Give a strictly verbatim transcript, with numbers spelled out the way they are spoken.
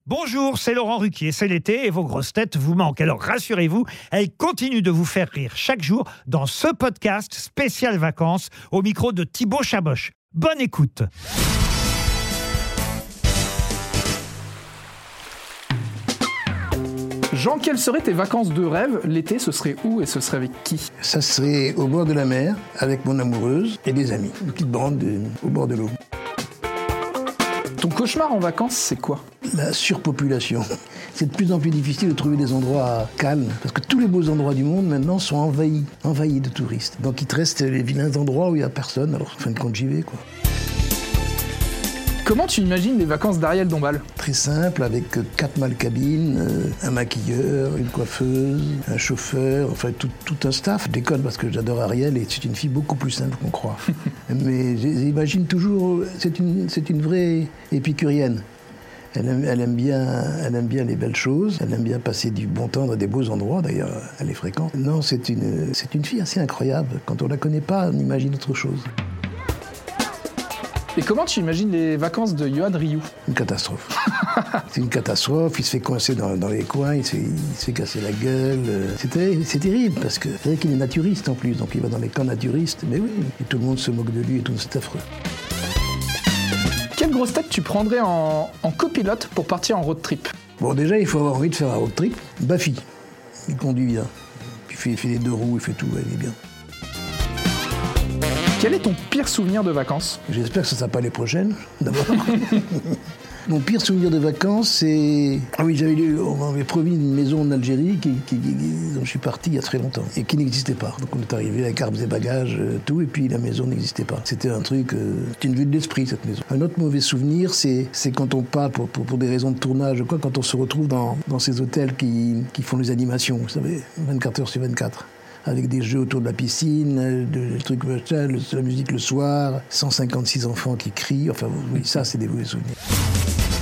Bonjour, c'est Laurent Ruquier, c'est l'été et vos grosses têtes vous manquent. Alors rassurez-vous, elles continuent de vous faire rire chaque jour dans ce podcast spécial vacances au micro de Thibaut Chaboch. Bonne écoute. Jean, quelles seraient tes vacances de rêve? L'été, ce serait où et ce serait avec qui? Ça serait au bord de la mer, avec mon amoureuse et des amis. Une petite bande de- au bord de l'eau. Ton cauchemar en vacances, c'est quoi? La surpopulation. C'est de plus en plus difficile de trouver des endroits calmes, parce que tous les beaux endroits du monde, maintenant, sont envahis, envahis de touristes. Donc il te reste les vilains endroits où il n'y a personne, alors en fin de compte, j'y vais, quoi. Comment tu imagines les vacances d'Ariel Dombal? Très simple, avec quatre mâles cabines, euh, un maquilleur, une coiffeuse, un chauffeur, enfin tout, tout un staff. Je déconne parce que j'adore Ariel et c'est une fille beaucoup plus simple qu'on croit. Mais j'imagine toujours, c'est une, c'est une vraie épicurienne. Elle aime, elle, aime bien, elle aime bien les belles choses, elle aime bien passer du bon temps dans des beaux endroits, d'ailleurs elle est fréquente. Non, c'est une, c'est une fille assez incroyable. Quand on la connaît pas, on imagine autre chose. Et comment tu imagines les vacances de Yoann Rioux? Une catastrophe. C'est une catastrophe, il se fait coincer dans, dans les coins, il se, fait, il se fait casser la gueule. C'est, terri- c'est terrible, parce que c'est vrai qu'il est naturiste en plus, donc il va dans les camps naturistes, mais oui, et tout le monde se moque de lui et tout, c'est affreux. Quelle grosse tête tu prendrais en, en copilote pour partir en road trip? Bon, déjà, il faut avoir envie de faire un road trip. Bafi, il conduit bien. Puis il fait, il fait les deux roues, il fait tout, ouais, il est bien. Quel est ton pire souvenir de vacances? J'espère que ce ne sera pas les prochaines, d'abord. Mon pire souvenir de vacances, c'est... Ah oui, j'avais lu, on m'avait promis une maison en Algérie qui, qui, qui- dont je suis parti il y a très longtemps et qui n'existait pas. Donc on est arrivé avec armes et bagages, euh, tout, et puis la maison n'existait pas. C'était un truc... Euh, c'était une vue de l'esprit, cette maison. Un autre mauvais souvenir, c'est, c'est quand on part pour, pour, pour des raisons de tournage, quoi, quand on se retrouve dans, dans ces hôtels qui, qui font les animations, vous savez, vingt-quatre heures sur vingt-quatre. Avec des jeux autour de la piscine, de, de trucs, de la musique le soir, cent cinquante-six enfants qui crient. Enfin, oui, ça, c'est des mauvais souvenirs.